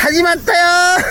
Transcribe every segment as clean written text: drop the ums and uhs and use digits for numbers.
始まったよ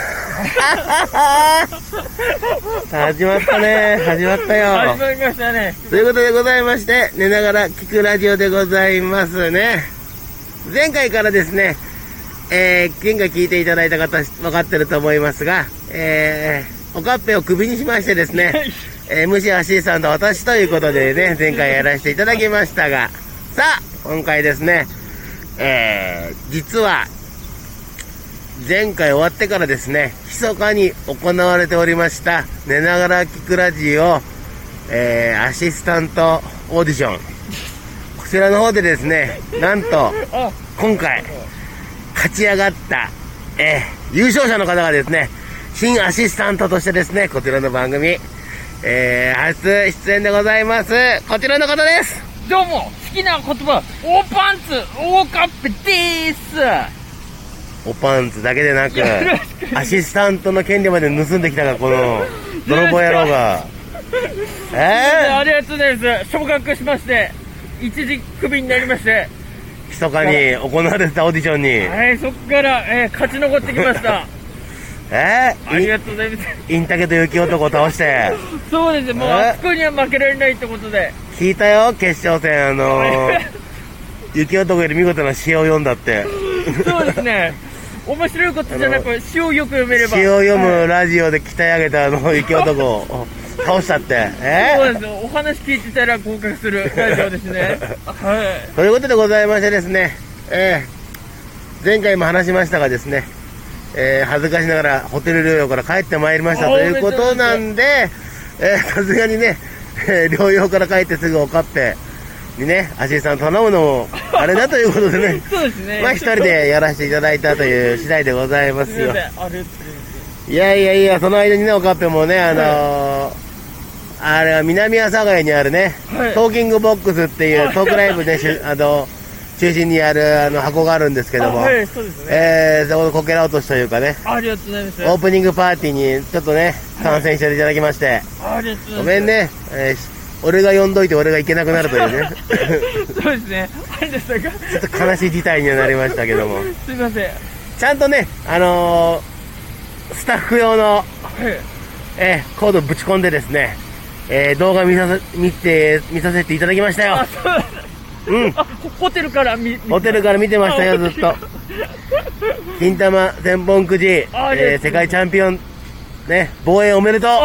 始まったね。始まったよ。 始まりましたね。 ということでございまして、寝ながら聞くラジオでございますね。前回からですね、前回聞いていただいた方分かってると思いますが、おかっぺをクビにしましてですね、MC アシスタント私ということでね、前回やらせていただきましたが、さあ、今回ですね、実は、前回終わってからですね、密かに行われておりました、寝ながら聞くラジオ、アシスタントオーディション。こちらの方でですね、なんと、今回、勝ち上がった、優勝者の方がですね、新アシスタントとしてですね、こちらの番組、初出演でございます。こちらの方です。 どうも、好きな言葉、大パンツ、大カッペでーす。 おパンツだけでなく、アシスタントの権利まで盗んできたが、この、泥棒野郎が。 ありがとうございます。昇格しまして、一時クビになりまして。 密かに行われたオーディションに。 はい、そこから、勝ち残ってきました。ありがとうございます。 インタケと雪男を倒して。 そうです、もうあそこには負けられないってことで。 聞いたよ、決勝戦、雪男より見事な詩を読んだって。 そうですね。面白いことじゃなく、詩をよく読めれば。 詩を読むラジオで鍛え上げた雪男を倒したって。 そうです。お話聞いてたら合格するラジオですね。はい。 ということでございましてですね、前回も話しましたがですね、恥ずかしながらホテル療養から帰ってまいりましたということなんで、さすがにね、療養から帰ってすぐおかっぺにね、アシスタント頼むのもあれだということでね、 そうですね。 まあ一人でやらせていただいたという次第でございますよ。いやいやいや、その間にね、おかっぺもね、あれは南阿佐ヶ谷にあるね、トーキングボックスっていうトークライブで、中心にやる箱があるんですけども、 そうですね。 そこのこけら落としというかね、 ありがとうございます。 オープニングパーティーにちょっとね、参戦していただきまして、 ありがとうございます。 ごめんね、俺が呼んどいて俺が行けなくなるというね。 そうですね。あれですが。 ちょっと悲しい事態にはなりましたけども。 すいません。 ちゃんとね、スタッフ用の、コードぶち込んでですね、動画見させていただきましたよ。うん。 ホテルからホテルから見てましたよ、ずっと。金玉千本くじ、世界チャンピオン、ね、防衛おめでとう。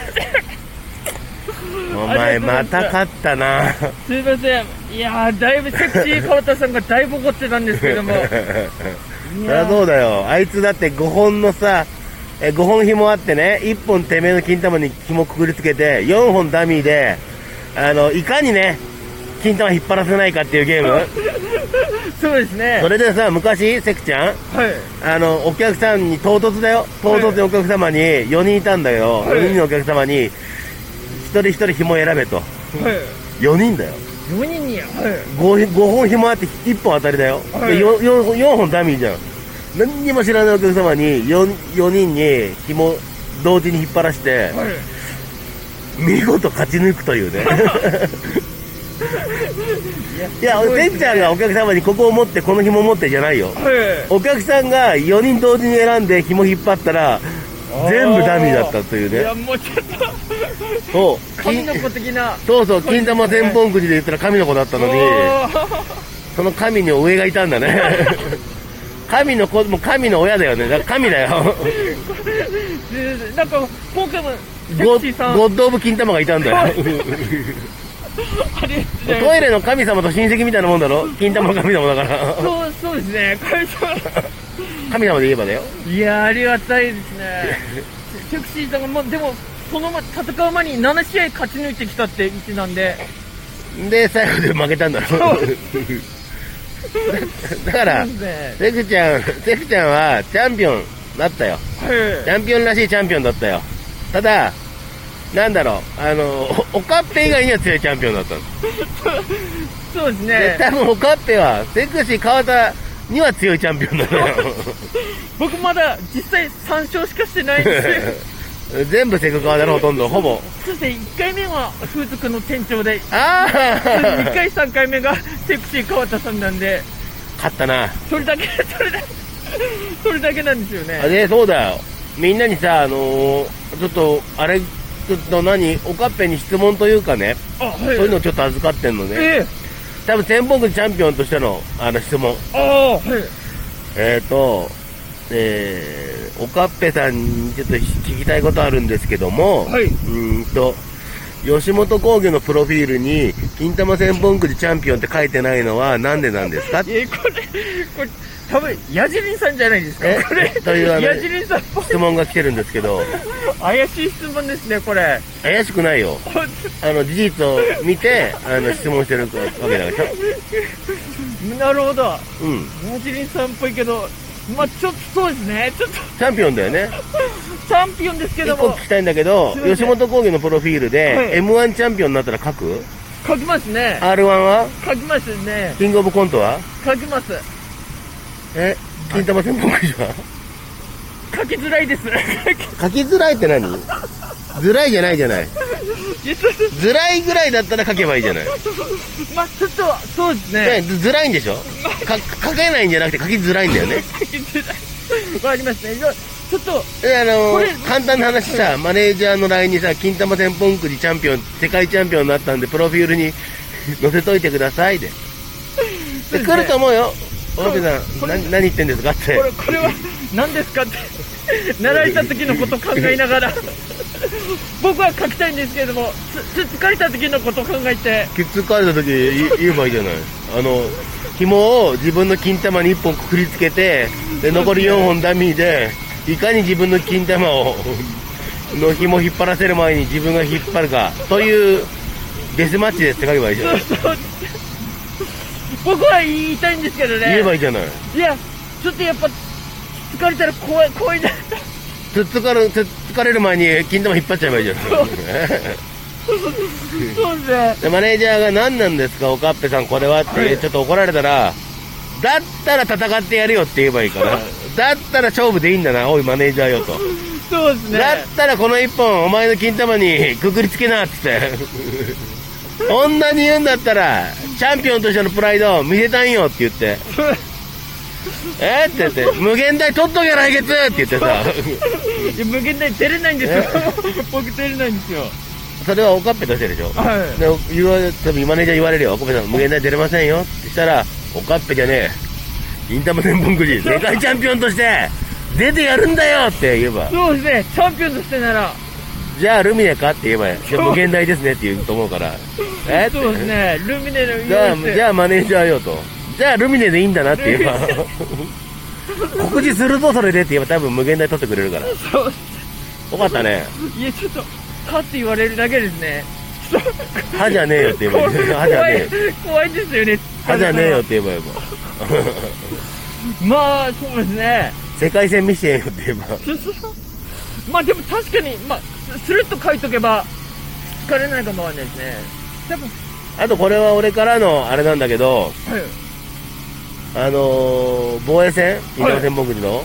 お前また勝ったな。 すいません。いやー、だいぶセクシー川田さんがだいぶ怒ってたんですけども。 そりゃそうだよ。あいつだって5本のさ、5本紐あってね、1本てめえの金玉に紐くくりつけて、4本ダミーで、いかにね、金玉引っ張らせないかっていうゲーム。 そうですね。 それでさ、昔、セクちゃん、お客さんに唐突だよ。唐突にお客様に4人いたんだけど、4人のお客様に、一人一人紐選べと。4人だよ。 4人に、 5本紐あって1本当たりだよ。4本ダミーじゃん。何にも知らないお客様に 4人に紐同時に引っ張らして、見事勝ち抜くというね。いや、てっちゃんがお客様にここを持ってこの紐持ってじゃないよ。お客さんが4人同時に選んで紐引っ張ったら全部ダミーだったというね。いや、 もうちょっとそう神の子的な。 そうそう、金玉千本くじで言ったら神の子だったのに、その神に上がいたんだね。神の子も神の親だよね。だから神だよ。 なんか今回もゴッドオブ金玉がいたんだよ。トイレの神様と親戚みたいなもんだろ。金玉の神様だから。 そうですね。 神様で言えばだよ。 いや、ありがたいですね。セクシーさんが、でもその戦う前に7試合勝ち抜いてきたって言ってたんで。 で最後で負けたんだろ。だからセクちゃんはチャンピオンだったよ。チャンピオンらしいチャンピオンだったよ。ただなんだろう、おかっぺ以外には強いチャンピオンだったの。 そうですね。 多分おかっぺはセクシー川田には強いチャンピオンだよ。 僕まだ実際3勝しかしてないんですよ。 全部セク川だろ、ほとんど、ほぼ。 そして1回目は風俗の店長で、 2 回3回目がセクシー川田さんなんで。 勝ったな。 それだけ。 それだけなんですよね。 で、そうだよ。みんなにさ、ちょっと、あれ、ちょっとおかっぺに質問というかね、 あ、はい。 そういうのをちょっと預かってんのね。多分、千本木チャンピオンとしての、質問。 ああ、はい。 おかっぺさんにちょっと聞きたいことあるんですけども、 はい。 吉本興業のプロフィールに、金玉千本くじチャンピオンって書いてないのはなんでなんですか？ これ、多分、ヤジリンさんじゃないですか。これ、 というヤジリンさんっぽい。 質問が来てるんですけど、 怪しい質問ですね、これ。 怪しくないよ。事実を見て、質問してるわけだから。 なるほど。 うん。 ヤジリンさんっぽいけど、まあちょっとそうですね。ちょっと。 チャンピオンだよね。 チャンピオンですけども。 一個聞きたいんだけど、吉本興業のプロフィールで、 はい、 M1 チャンピオンになったら書く？ 書きますね。 R1 は？ 書きますね。 キングオブコントは？書きます。 金玉千本くじは？ 書きづらいです。 書きづらいって何？ずらいじゃないじゃない。ずらいぐらいだったら書けばいいじゃない。 まあちょっと、そうですね。 ずらいんでしょ？書けないんじゃなくて書きづらいんだよね。 書きづらい。わかりますね。ちょっと。 簡単な話さ、マネージャーの LINE にさ、金玉千本くじチャンピオン、世界チャンピオンになったんで、プロフィールに載せといてくださいで。来ると思うよ。大木さん、何言ってんですかって。 これは何ですかって、習られた時のこと考えながら、僕は書きたいんですけれども、疲れた時のことを考えて。 疲れた時言えばいいじゃない。紐を自分の金玉に1本くくりつけて、で、残り4本ダミーで、いかに自分の金玉の紐を引っ張らせる前に自分が引っ張るか、というデスマッチですって書けばいいじゃない。 僕は言いたいんですけどね。 言えばいいじゃない。 いや、ちょっとやっぱ、疲れたら怖いな。 疲れる前に金玉引っ張っちゃえばいいじゃない。 そうですね。 マネージャーが何なんですか、おかっぺさんこれはってちょっと怒られたら、だったら戦ってやるよって言えばいいから。だったら勝負でいいんだな、おいマネージャーよと。 そうですね。 だったらこの1本お前の金玉にくくりつけなっつって。こんなに言うんだったら、チャンピオンとしてのプライドを見せたんよって言って。って言って、無限大取っとけ来月って言ってさ。 いや、無限大出れないんですよ。僕出れないんですよ。 それはおかっぺとしてでしょ。 はい。 で、多分マネージャー言われるよ。おかっぺさん無限大出れませんよってしたら、おかっぺじゃねえ。金玉千本くじ、世界チャンピオンとして出てやるんだよって言えば。 そうですね、チャンピオンとしてなら。 じゃあルミネかって言えばいい。じゃあ無限大ですねって言うと思うから。 そうですね、ルミネのじゃあマネージャーよと。じゃあルミネでいいんだなって言えば。告示するぞそれでって言えば多分無限大取ってくれるから。 そう。 よかったね。 いや、ちょっと、かって言われるだけですね。 歯じゃねえよって言えばいい。歯じゃねえ。 怖いですよね。 歯じゃねえよって言えばいい。 まあ、そうですね。 世界戦見せてよって言えば。 まあでも確かに、まあ、スルッと書いとけば、疲れないかもわかんないですね。多分。 あとこれは俺からのあれなんだけど、 はい。 防衛戦金玉千本くじの、 はい。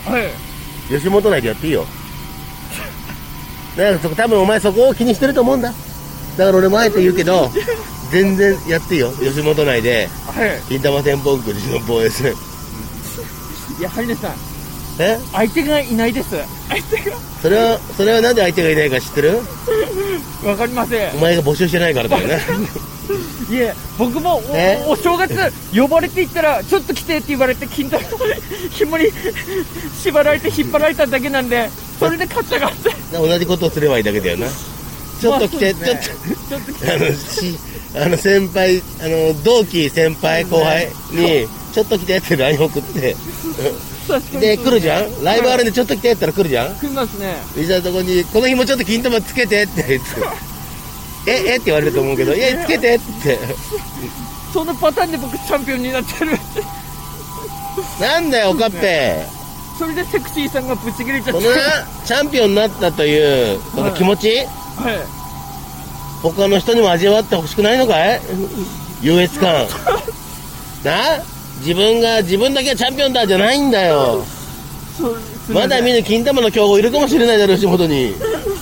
吉本内でやっていいよ。だから多分お前そこを気にしてると思うんだ。だから俺もあえて言うけど、全然やっていいよ。吉本内で、金玉千本くじの防衛戦。 いや、ハリネさん。 え？ 相手がいないです。相手が。 それはなんで相手がいないか知ってる？ わかりません。 お前が募集してないからだよね。 いえ、僕もお正月呼ばれていったら、ちょっと来てって言われて、金玉紐に縛られて引っ張られただけなんで、それで勝ったがって。 同じことをすればいいだけだよな。ちょっと来て、ちょっと来て。先輩、同期先輩後輩に、ちょっと来てって LINE 送って、で、来るじゃん？ライブあるんでちょっと来てって言ったら来るじゃん？ 来ますね。 いざとこに、この日もちょっと金玉つけてって言って。って言われると思うけど、つけてって。 そのパターンで僕チャンピオンになってる。 なんだよ、おかっぺ。 それでセクシーさんがぶち切れちゃって。 このチャンピオンになったという、この気持ち、他の人にも味わってほしくないのかい？優越感。な？自分だけはチャンピオンだじゃないんだよ。まだ見ぬ金玉の競合いるかもしれないだろう、吉本に。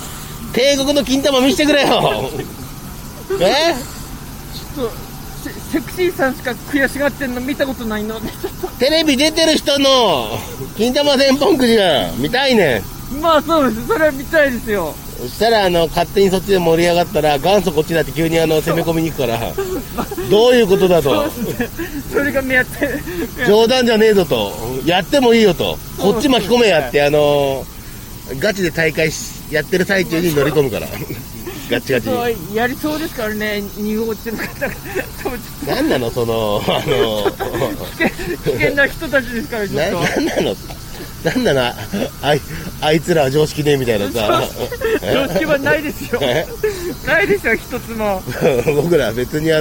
帝国の金玉見せてくれよ。 ちょっとセクシーさんしか悔しがってんの見たことないので、ちょっテレビ出てる人の金玉千本くじが見たいねん。 と。まあそうです。それは見たいですよ。 そしたら勝手にそっちで盛り上がったら元祖こっちだって急に攻め込みに行くからどういうことだと。 そうですね。それが目当て。 冗談じゃねえぞと。やってもいいよと。こっち巻き込めやってガチで大会やってる最中に乗り込むからガチガチにやりそうですからね、2号地の方が。 何なのその危険な人たちですから、ちょっと。 何なのあいつらは常識ねえみたいなさ常識はないですよ。ないですよ、一つも。 僕ら別にね、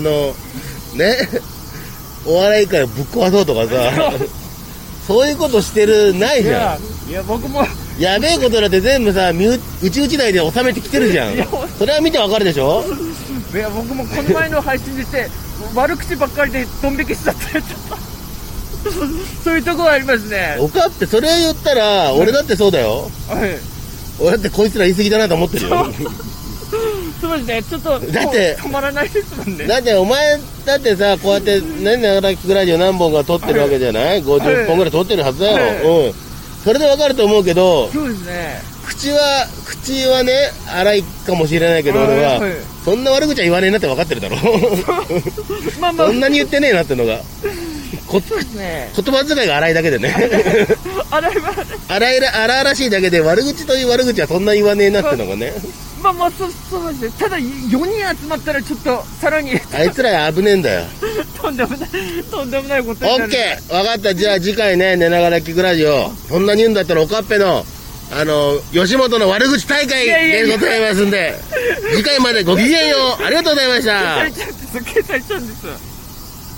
お笑い界をぶっ壊そうとかさそういうことしてるないじゃん。 いや僕もやべえことだって全部さ、うち内で収めてきてるじゃん。それは見てわかるでしょ。 いや僕もこの前の配信でして悪口ばっかりでドン引きしちゃって、ちょっとそういうところありますね。 おかってそれ言ったら俺だってそうだよ。 はい。 俺だってこいつら言い過ぎだなと思ってるよ。 そうですね、ちょっとだって止まらないですもんね。 だってお前だってさ、こうやってね、ながら聞くラジオ何本か撮ってるわけじゃない、50本ぐらい撮ってるはずだよ。それでわかると思うけど、 そうですね。 口はね、荒いかもしれないけど、俺は、そんな悪口は言わねえなって分かってるだろ。 まあまあ。 そんなに言ってねえなってのが。 そうですね。 言葉遣いが荒いだけでね。荒々しいだけで、悪口という悪口はそんな言わねえなってのがね。 まあまあ、そうですね。ただ、4人集まったらちょっと、さらに。 あいつら危ねえんだよ。 とんでもないことになる。 オッケー、分かった。じゃあ次回ね、寝ながら聞くラジオ。そんなに言うんだったらおかっぺの、吉本の悪口大会でございますんで、次回までごきげんよう。ありがとうございました。 消されちゃうんです。